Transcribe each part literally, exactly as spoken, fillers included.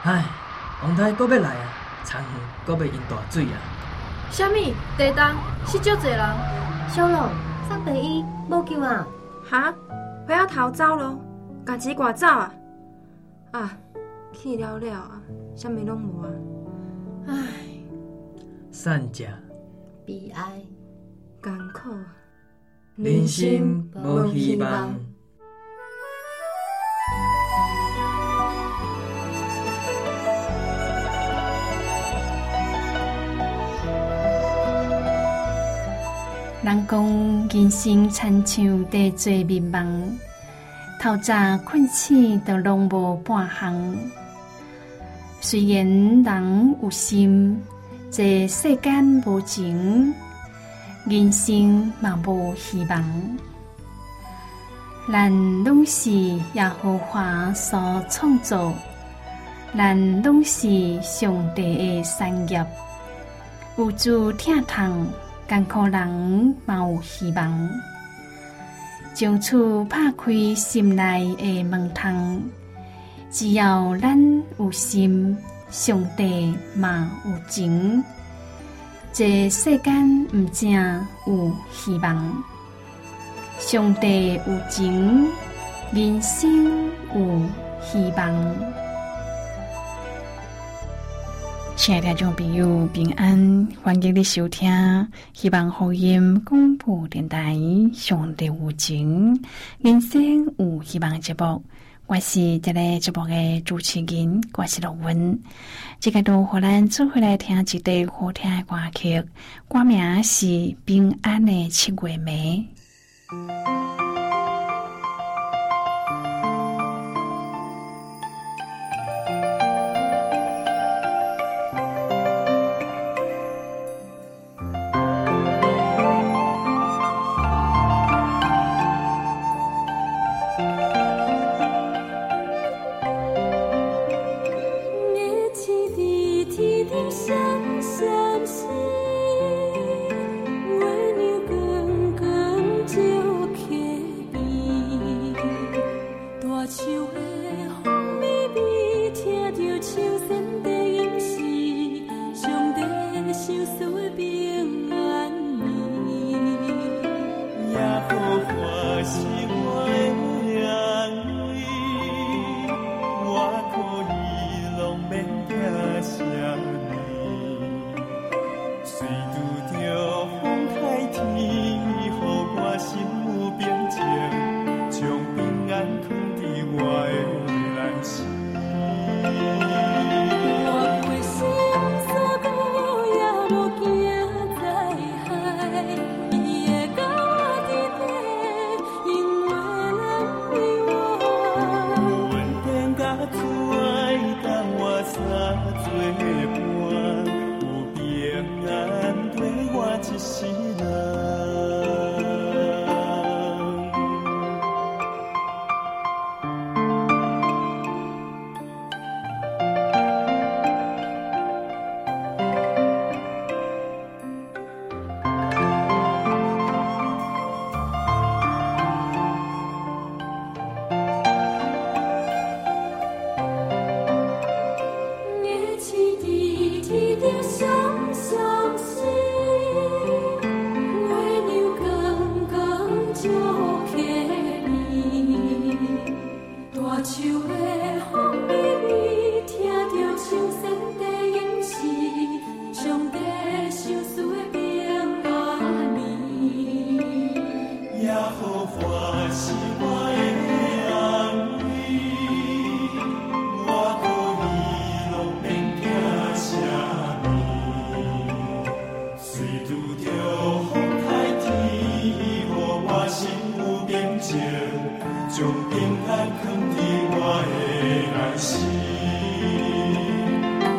唉，王太阁要来啊，田园阁要淹大水啊！ 啥物？地动死足侪人。 小龙，送第一无救啊！ 哈？伙仔逃走咯，家己赶走啊！啊，去了了啊，啥物拢无啊！唉， 善食悲哀， 艰苦， 人生无希望。 人讲人生亲像地做迷茫，透早困醒都拢无半项。虽然人有心，这世间无情，人生嘛无希望。咱拢是耶和华所创造，咱拢是上帝的产业，有主疼痛。艰苦人嘛有希望，将厝拍开心内的门窗。只要咱有心，上帝嘛有情。这世间毋正有希望，上帝有情，人生有希望。亲爱的听众朋友，平安，欢迎你收听希望福音广播电台上帝有情，人生有希望节目。我是这个节目的主持人，我是罗文。这个都和咱做回来听一段好听的歌曲，歌名是《平安的七月暝》。 将平安藏伫我的内心。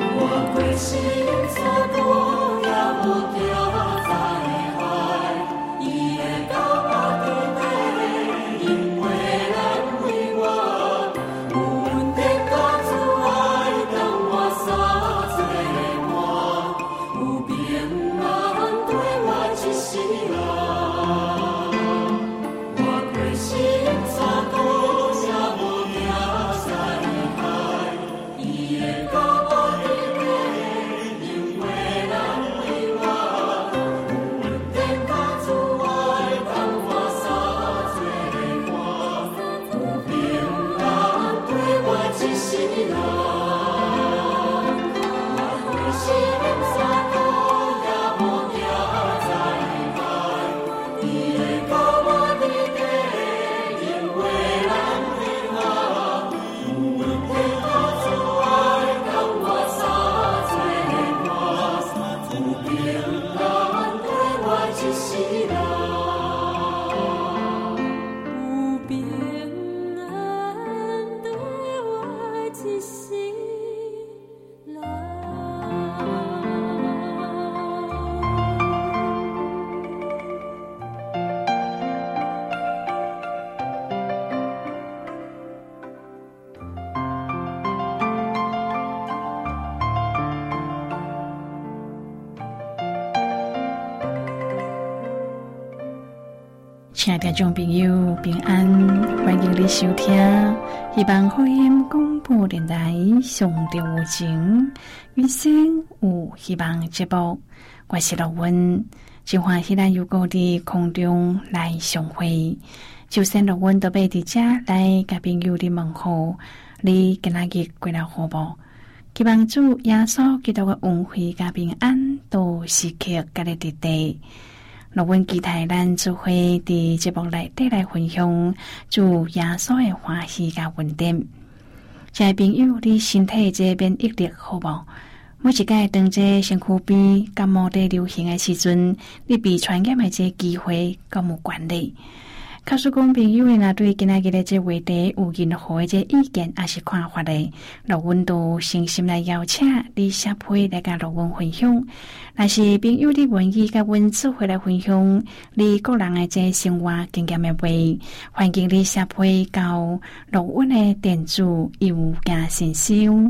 亲爱的听众朋友平安，欢迎你收听希望福音广播电台上帝有情余生有希望节目，我是乐文，真欢喜咱又搁伫空中来相会。就算乐文都要伫遮来甲朋友伫问候，你今仔日过了好无？希望主耶稣基督嘅恩惠甲平安都时刻甲你伫地。乐文期待咱做伙伫节目内底来分享主耶稣嘅欢喜甲恩典。亲爱朋友，你身体这免疫力好无？每一摆当这身躯边感冒在流行的时阵，你被传染的这机会敢有关系？假使讲朋友若对今仔日的这话题有任何的这意见还是看法的，乐文都诚心来邀请你写批来甲乐文分享。若是朋友你愿意甲阮做伙来分享你个人的这生活经验的话，欢迎你写批到乐文的电子邮件信箱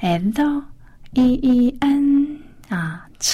l e e n at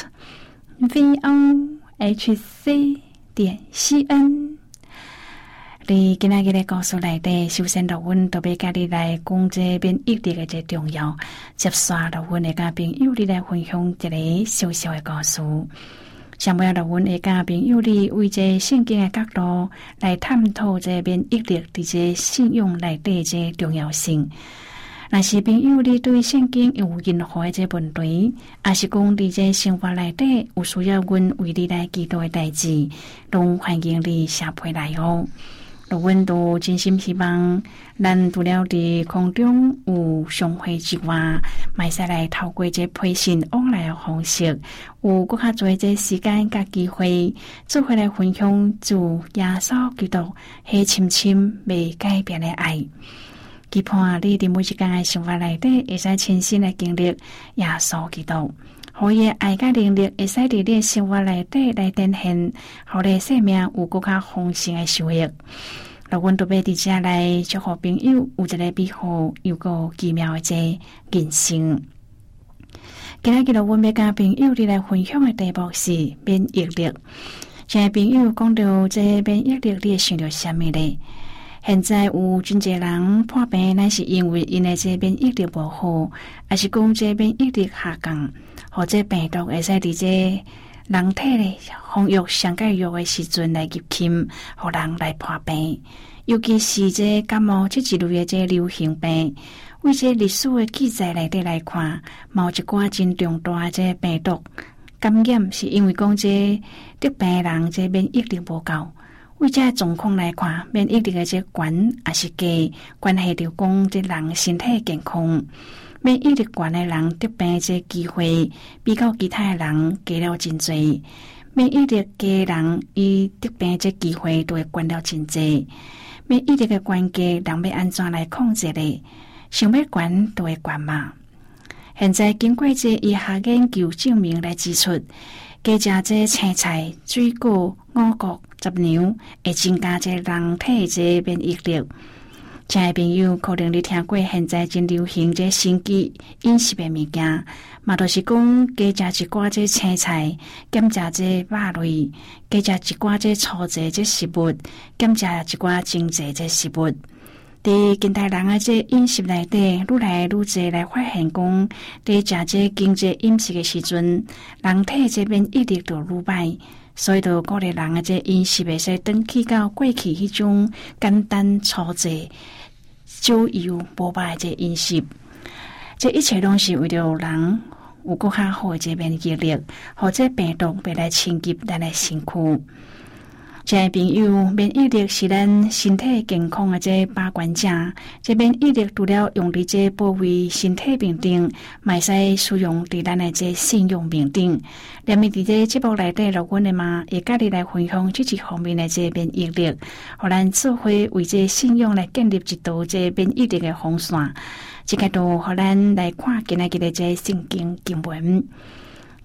v o h c 点 c n。你今仔日的故事内底，首先乐文都要甲你来讲这免疫力的这重要。接下乐文会甲朋友你来分享一个小小的故事。上尾乐文会甲朋友你为这圣经的角度来探讨这免疫力伫这信仰内底这重要性。若是朋友你对圣经有任何的这问题，还是讲伫这生活内底有需要阮为你来祈祷的代志，拢欢迎你写批来哦。乐文都真心希望咱除了伫空中有相会之外，卖使来透过这配信往来的方式，有更较多这时间甲机会，做伙来分享主耶稣基督迄深深未改变的爱。期盼你伫每一天的生活内底，会使亲身来经历耶稣基督。互伊爱甲能力会使伫你生活内底来展现，互你生命有更较丰盛的收益。乐文都要伫遮来祝福朋友有一个美好又个奇妙的这人生。今仔日乐文要甲朋友你来分享的题目是免疫力。现在朋友讲到这免疫力，你会想到什么呢？现在有真侪人破病，乃是因为因的这免疫力无好，还是讲这免疫力下降，或者病毒会使伫这人体咧服药上解药的时阵来入侵，互人来破病。尤其是这感冒这一类的这流行病，为这历史的记载内底来看，某一寡真重大的这病毒感染，是因为讲这得病人这免疫力无够。为这状况来看，免疫力的这悬也是低，关系到讲这人身体健康。免疫力悬的人得病这机会比较其他的人低了真侪，免疫力低的人伊得病这机会都会悬了真侪。免疫力的关键，人要安怎来控制呢？想要悬都会悬嘛。现在经过这医学研究证明来指出，加食这青菜、水果、五穀、杂粮，会增加这人体这免疫力。亲爱朋友，可能你听过现在真流行这新奇饮食的物件，嘛就是讲加食一寡这青菜，减食这肉类，加食一寡这粗质这食物，减食一寡精致这食物。伫近代人的这饮食内底，愈来愈侪来发现讲，伫食这精致饮食的时阵，人体这免疫力就愈歹。所以就鼓励人的这饮食会使转去到过去迄种简单粗制、少油无肉的这饮食。这一切拢是为了人有更较好的这免疫力，或者病毒别来侵入咱的身躯。亲爱朋友，免疫力是咱身体健康的这把关键。这免疫力除了用伫这保卫身体面顶，嘛使使用伫咱的这信用面顶。连面伫这节目内底，乐文的嘛，会甲你来分享这一方面的这免疫力，互咱做伙为这信用来建立一道这免疫力的防线。这个都互咱来看今仔日的这圣经经文。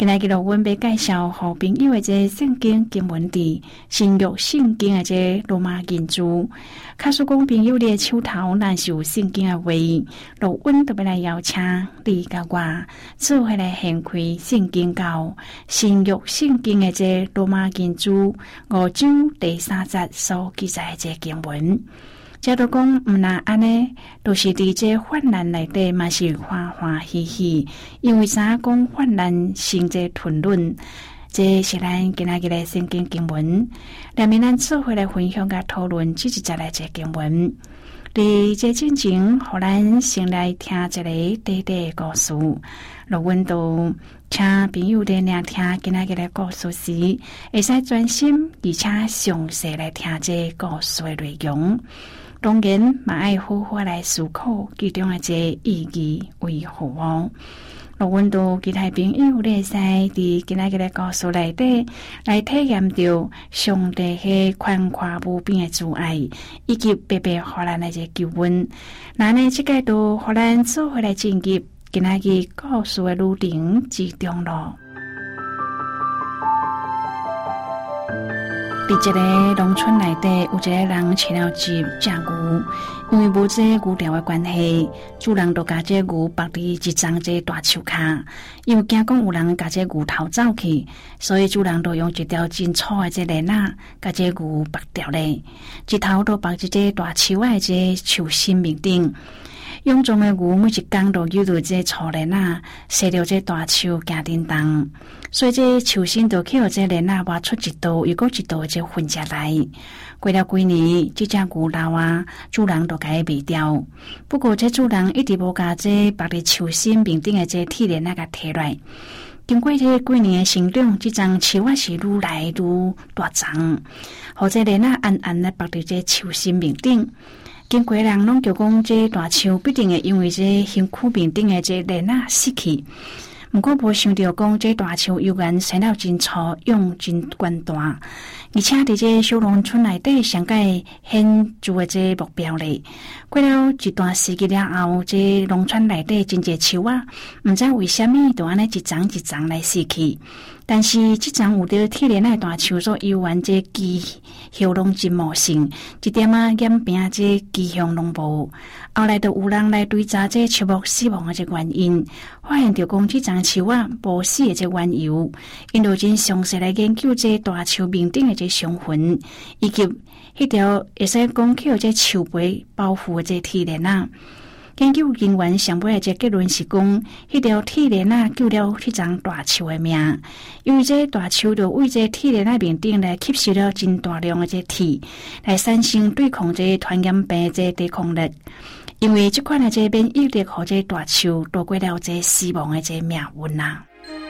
今日嘅我要介绍互朋友嘅这圣经经文伫新约圣经嘅这罗马经注。假使讲朋友你嘅手头若是有圣经嘅话，罗阮特别来邀请你甲我做伙来掀开圣经到新约圣经嘅这罗马经注五章第三节所记载嘅这经文。假如讲毋那安尼，都是伫这患难内底嘛是欢欢喜喜，因为啥讲患难生这吞论，这是咱今仔日的圣经经文。下面咱做伙来分享甲讨论这一节来这经文。伫这进前，互咱先来听一个短短的故事。若阮都请朋友来聆听今仔日的故事时，会使专心而且详细来听这故事的内容。当然，嘛爱好好来思考其中的这意义为何哦。若阮都其他朋友咧，使伫今仔日的故事内底来体验到上帝迄宽阔无边的慈爱，以及白白互咱的这救恩。那呢，即个都互咱做伙来进入今仔日故事的旅程之中咯。伫一个农村内底，有一个人饲了只只牛，因为无这牛条的关系，主人就把这牛绑伫一张这大树骹，因为惊讲有人把这牛偷走去，所以主人就用一条真粗的这链仔，把这牛绑掉咧，一头都绑伫这大树的这树心面顶。臃肿的牛每一天都遇到这粗链仔，塞着这大树行叮当，所以这树心就去互这链仔挖出一道又搁一道这痕迹来。过了几年，这只牛老啊，主人就甲伊卖掉。不过这主人一直无甲这绑伫树心面顶的这铁链仔甲摕来。经过这几年的成长，这张树啊是愈来愈大张，互这链仔安安的绑伫这树心面顶。经过人拢就讲，这大树必定会因为这身躯面顶的这链仔死去。不过无想到讲，这大树悠然生了真粗，用真宽大，而且伫这小农村内底上界显著的这目标咧。过了一段时间了后，这农村内底真侪树啊，毋知为虾米就安尼一丛一丛来死去。但是这丛有着铁链的大树所游玩这枝叶拢真茂盛，一点啊眼边这枝叶拢无。后来就有人来追查这树木死亡的这原因，发现着讲这丛树啊无死的这缘由，因就真详细来研究这大树面顶的这伤痕，以及迄条会使讲起这树皮保护的这铁链啊。研究人员上尾的这结论是讲，迄条铁链仔救了迄丛大树的命，因为这大树就为这铁链仔面顶来吸收了真大量的这铁，来产生对抗这传染病的这抵抗力。因为这款的这免疫力，和这大树躲过了这死亡的这命运啊！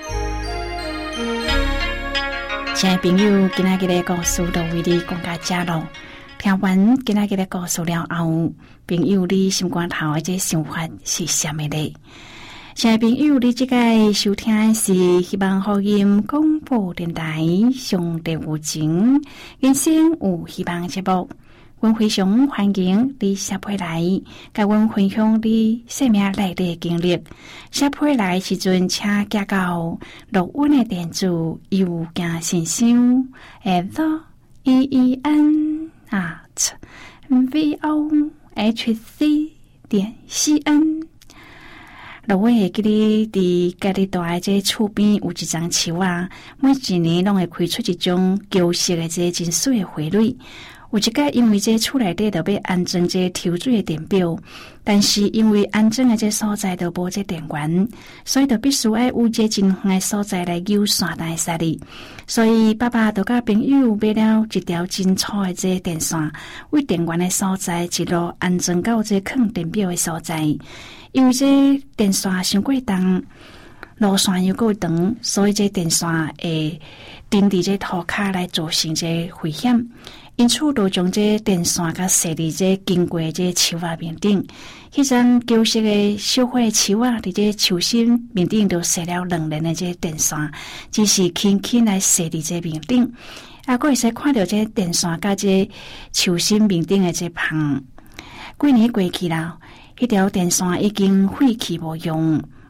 亲爱朋友，今仔日的故事就为你讲到这咯。听完今仔日的故事了后，朋友你心肝头的这想法是啥物呢？亲爱朋友，你这个收听的是希望福音广播电台上帝有情人生有希望节目。阮非常欢迎你写批来，甲阮分享你生命内底的经历。写批来时阵，请寄到录音的电子邮件信箱 at e e n at v o h c 点 c n。落尾会记你伫家己大的这厝边有一丛树啊，每一年拢会开出一种旧色的这真水的花蕊。有一个因为这厝内底就要安装这抽水的电表，但是因为安装的这所在都无这电源，所以就必须要有这真远的所在来有线带使哩。所以爸爸就甲朋友买了一条真粗的这电线，为电源的所在一路安装到这放电表的所在。因为这电线伤过重，路线又够长，所以这电线会钉伫这土骹来造成这危险。因此，就将这电线甲设伫这经过这树啊面顶，迄阵旧式的小花树啊，伫这树心面顶就设了两连的这电线，只是轻轻来设伫这面顶，啊，佫会使看到这电线甲这树心面顶的这旁。几年过去了，迄条电线已经废弃无用，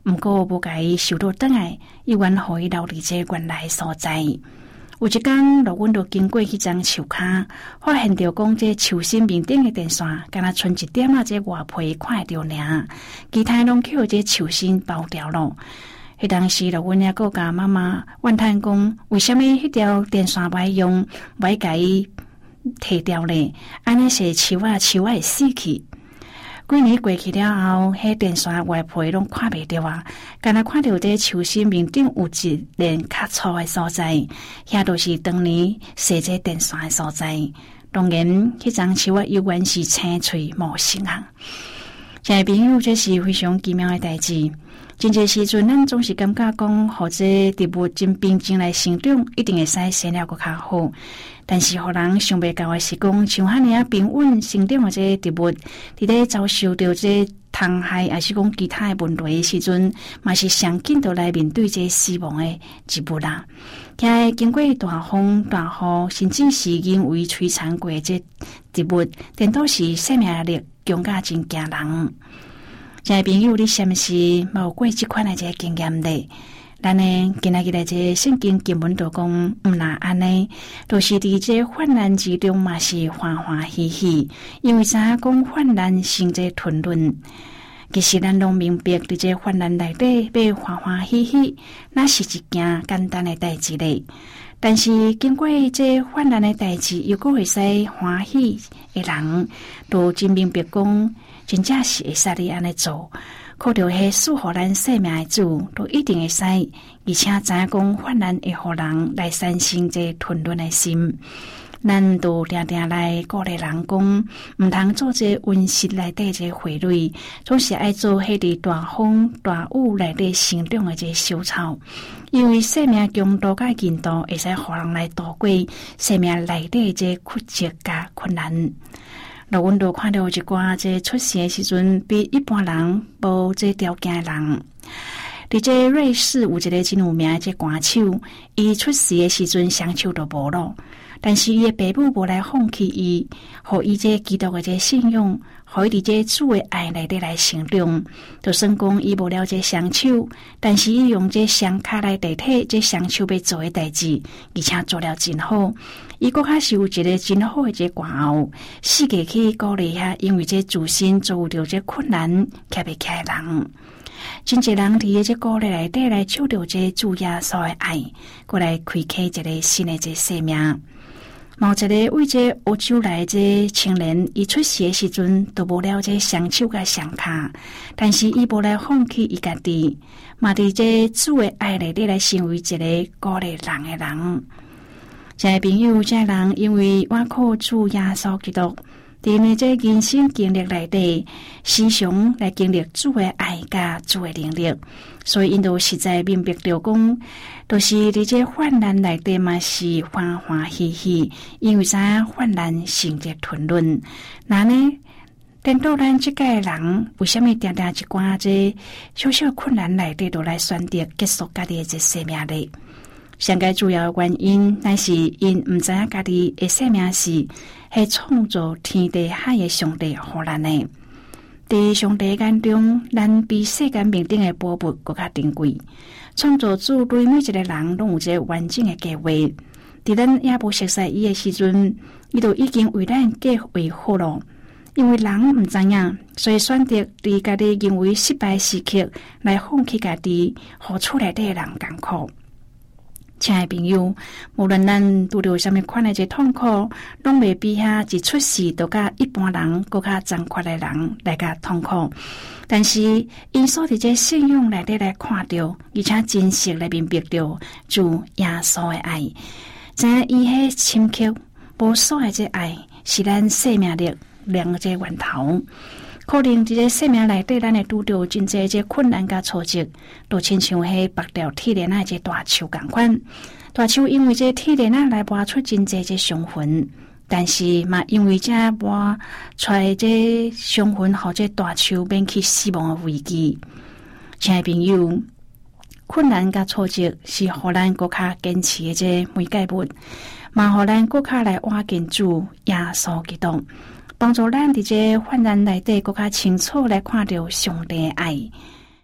毋过无甲伊收到转来，伊愿互伊留伫这原来所在。有一天，陆阮就经过迄张树骹，发现着讲这树身面顶的电线，敢若剩一点啊，这外皮看会着尔，其他拢去互这树身包掉咯。迄当时，陆阮也个甲妈妈怨叹讲，为虾米迄条电线歹用，歹甲伊摕掉咧？安尼是树啊，树啊会死去。几年过去了后，迄电线外皮拢看袂到啊，敢若看到这树身面顶有一连较粗的所在，遐都是当年设这电线的所在。当然，迄张树啊，永远是青翠茂盛啊。亲爱朋友，这是非常奇妙的代志。真侪时阵，咱总是感觉讲，或者植物真平静来生长，一定会使生了个较好。但是，互人想袂到的是讲，像遐尼啊平稳生长的这植物，伫咧遭受到这虫害，还是讲其他的问题的时阵，嘛是上紧就来面对这死亡的植物啦。遐经过大风大雨，甚至是因为摧残过这植物，颠倒是生命力强甲真惊人。亲爱朋友，你是毋是冇过这款的这个经验咧？咱呢今仔日来这圣经经文就讲，毋那安尼，都、就是伫这患难之中嘛是欢欢喜喜，因为啥讲患难生这吞论。其实咱拢明白，伫这患难内底要欢欢喜喜，那是一件简单的代志咧。但是经过这患难的代志，又搁会使欢喜的人，都真明白讲，真正是会使你安尼做。靠着迄赐予咱生命的主，都一定会使，而且知影讲患难会互人来产生这吞论的心。咱都定定来鼓励人讲，毋通做这温室内底这花蕊，总是爱做迄伫大风大雨内底生长的这小草，因为生命强度甲硬度会使互人来度过生命内底这曲折甲困难。若阮都看到一寡这出世的时阵，比一般人无这条件的人。伫这瑞士有一个真有名的这歌手，伊出世的时阵双手都无咯。但是伊的爸母无来放弃伊，互伊这基督的这信仰，互伊伫这主的爱内底来成长。就算讲伊无了这双手，但是伊用这双脚来代替这双手要做的代志，而且做了真好。伊搁较是有一个真好的这歌喉，世界去鼓励遐，因为这自身遭遇到这困难，徛袂起来人。真侪人伫这鼓励内底来找到这主耶稣的爱，过来开启一个新的这生命。某一个为这欧洲来这青年，伊出世的时阵都无了这双手甲双脚，但是伊无来放弃伊家己，嘛伫这主的爱内底来成为一个鼓励人的人。亲爱朋友，这人因为我靠主耶稣基督，伫呢这人生经历内底，时常来经历主的爱甲主的能力，所以因都实在明白着讲，都、就是伫这患难内底嘛是欢欢喜喜，因为啥患难成这吞论。那呢，颠倒咱即个人为虾米定定一寡这小小困难内底都来选择结束家己的这生命咧？上个主要的原因，乃是因毋知影家己的生命是系创造天地海的上帝互咱的。伫上帝眼中，咱比世间面顶的宝物更加珍贵。创造主对每一个人拢有一个完整的计划。伫咱也无熟悉伊的时阵，伊就已经为咱计划好了。因为人毋知影，所以选择伫家己认为失败时刻来放弃家己，互厝内底的人艰苦。亲爱朋友，无论咱拄着什么款的这痛苦，拢未比遐一出世就甲一般人更较残酷的人来甲痛苦。但是因所伫这信仰内底来看到，而且真实来明白着主耶稣的爱，知影伊迄深刻无所的这爱，是咱生命力量的这源头。可能伫这生命内底，咱会拄到真侪这困难甲挫折，都亲像迄拔掉铁链仔这大树共款。大树因为这铁链仔来挖出真侪这伤痕，但是嘛因为这挖出这伤痕，互这大树免去死亡的危机。亲爱朋友，困难甲挫折是互咱更较坚持的这媒介物，嘛互咱更较来挖紧主耶稣基督。帮助咱伫这患难内底更加清楚来看到上帝的爱。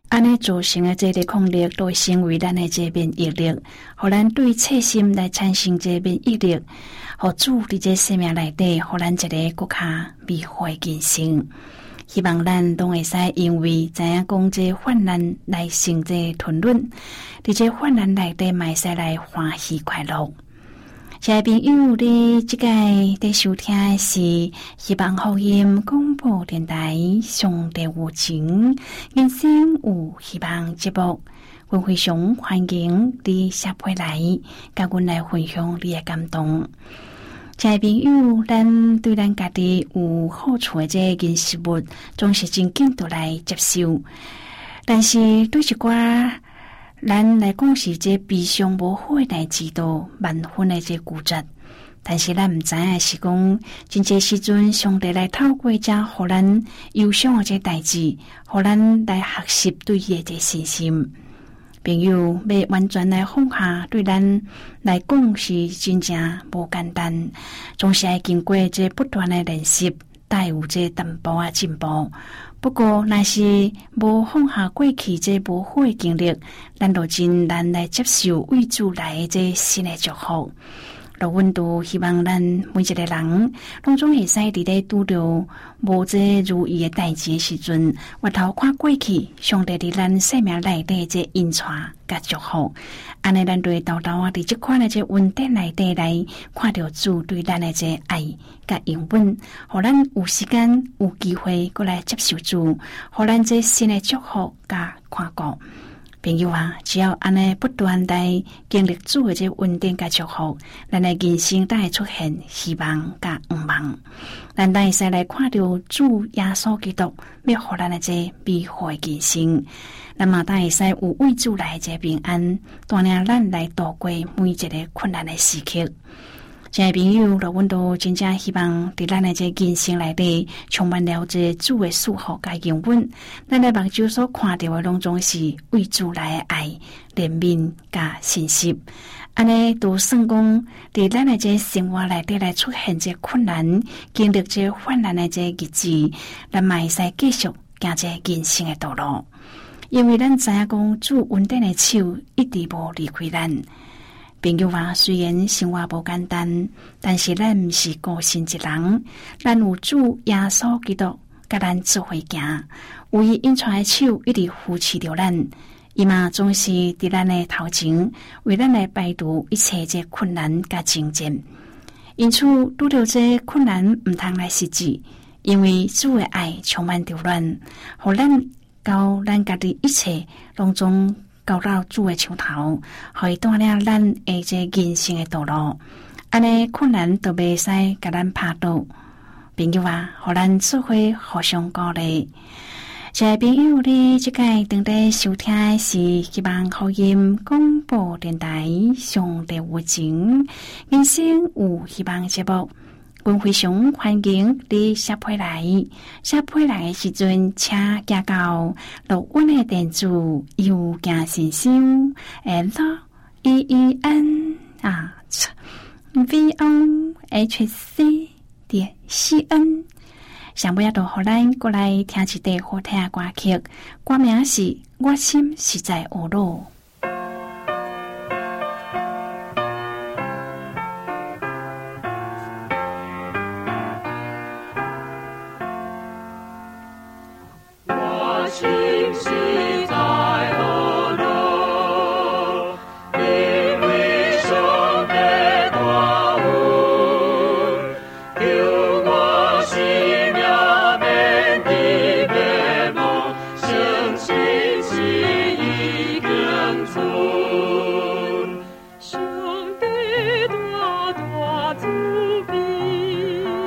安尼造成的这个抗力，都会成为咱的这免疫力，互咱对切心来产生这免疫力，互主伫这生命内底，互咱一个更加美好的人生。希望咱都会使因为知影讲这患难来成这吞忍，伫这患难内底嘛会使来欢喜快乐。亲爱朋友，你即个在收听的是希望福音广播电台上帝有情人生有希望节目，阮非常欢迎你写批来，甲阮来分享你的感动。亲爱朋友，咱对咱家己有好处的这件事物，总是真紧都来接受，但是对一寡咱来讲是这悲伤无好的代志，都万分的这固执。但是咱唔知影是讲，真济时阵上帝来透过这互咱忧伤的这代志，互咱来学习对伊的这信心。朋友要完全来放下，对咱来讲是真正无简单，总是要经过这不断的练习，带有这淡薄啊进步。不过，若是无放下过去这无好的经历，咱就真难来接受为主来的这新的祝福。若阮都希望咱每一个人，拢总会使伫咧拄着无这如意的代志的时阵，回头看过去，上帝伫咱生命内底这恩宠甲祝福，安尼咱就会豆豆啊伫即款的这稳定内底来看到主对咱的这爱甲应允，互咱有时间有机会过来接受主，互咱这新的祝福甲看顾。朋友啊，只要安尼不断来经历主的这稳定甲祝福，咱的人生才会出现希望甲愿望。咱才会使来看到主耶稣基督要互咱的这美好的人生，那么才会使有为主来这平安，带领咱来度过每一个困难的时刻。亲爱朋友，若阮都真正希望伫咱的这人生内底充满了这主的祝福甲应允，咱的目睭所看到的拢总是为主来的爱、怜悯甲信息。安尼都算讲，伫咱的这生活内底来出现这困难，经历这患难的这日子，咱嘛会使继续行这人生的道路。因为咱知影讲，主稳定的手一直无离开咱。朋友啊，虽然生活无简单，但是咱毋是孤身一人，咱有主耶稣基督甲咱做伙行，有伊恩宠的手一直扶持着咱，伊嘛总是伫咱的头前，为咱来排除一切这困难甲征战。因此，拄着这困难毋通来失志，因为主的爱充满着咱，互咱交咱家己一切拢总交到主的手头，可以带领咱的这人生的道路。安尼困难都袂使甲咱拍倒。朋友啊，互咱做伙互相鼓励。亲爱朋友，你即个正在收听的是希望福音广播电台上帝有情人生有希望节目。阮非常欢迎你写批来，写批来的时阵，请寄到录音的电子邮件信箱 l e e n at v o h c 点 c n。上尾要互咱过来听一段好听的歌曲，歌名是《我心是在学路》。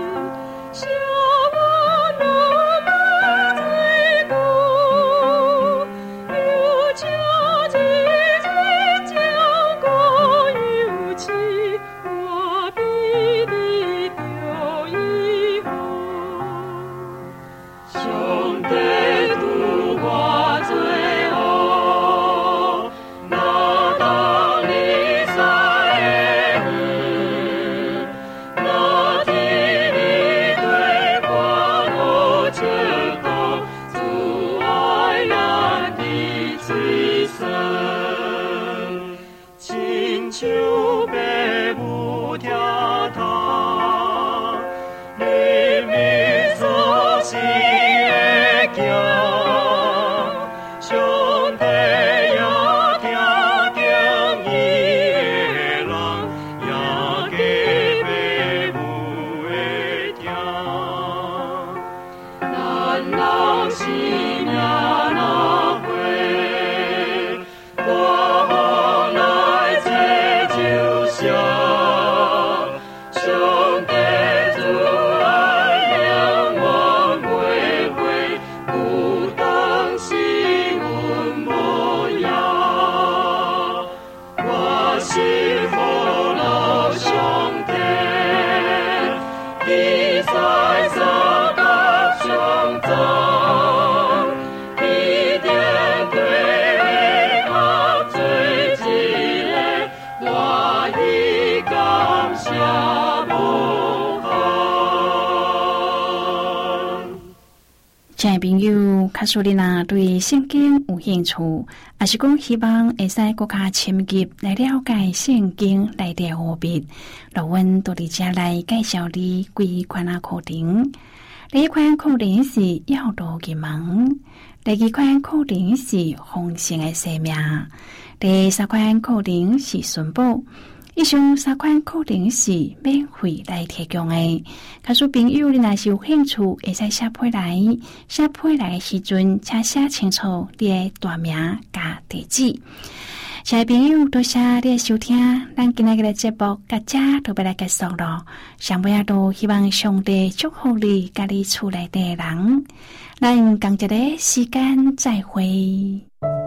小我那么最高。 亲爱的朋友，假使你若对圣经有兴趣，也是讲希望会使更加深入来了解圣经内底奥秘，那阮都伫遮来介绍你几款啊课程。第一款课程是要道入门，第二款课程是丰盛的生命，第三款课程是顺宝。以上三款课程是免费来提供的。假使朋友你若是有兴趣，会使写批来，写批来的时阵，请写清楚你的大名加地址。亲爱的朋友，多谢你的收听，咱今日的节目到这就要来结束了。上尾啊，都希望上帝祝福你，甲你厝内的人。咱同一个时间再会。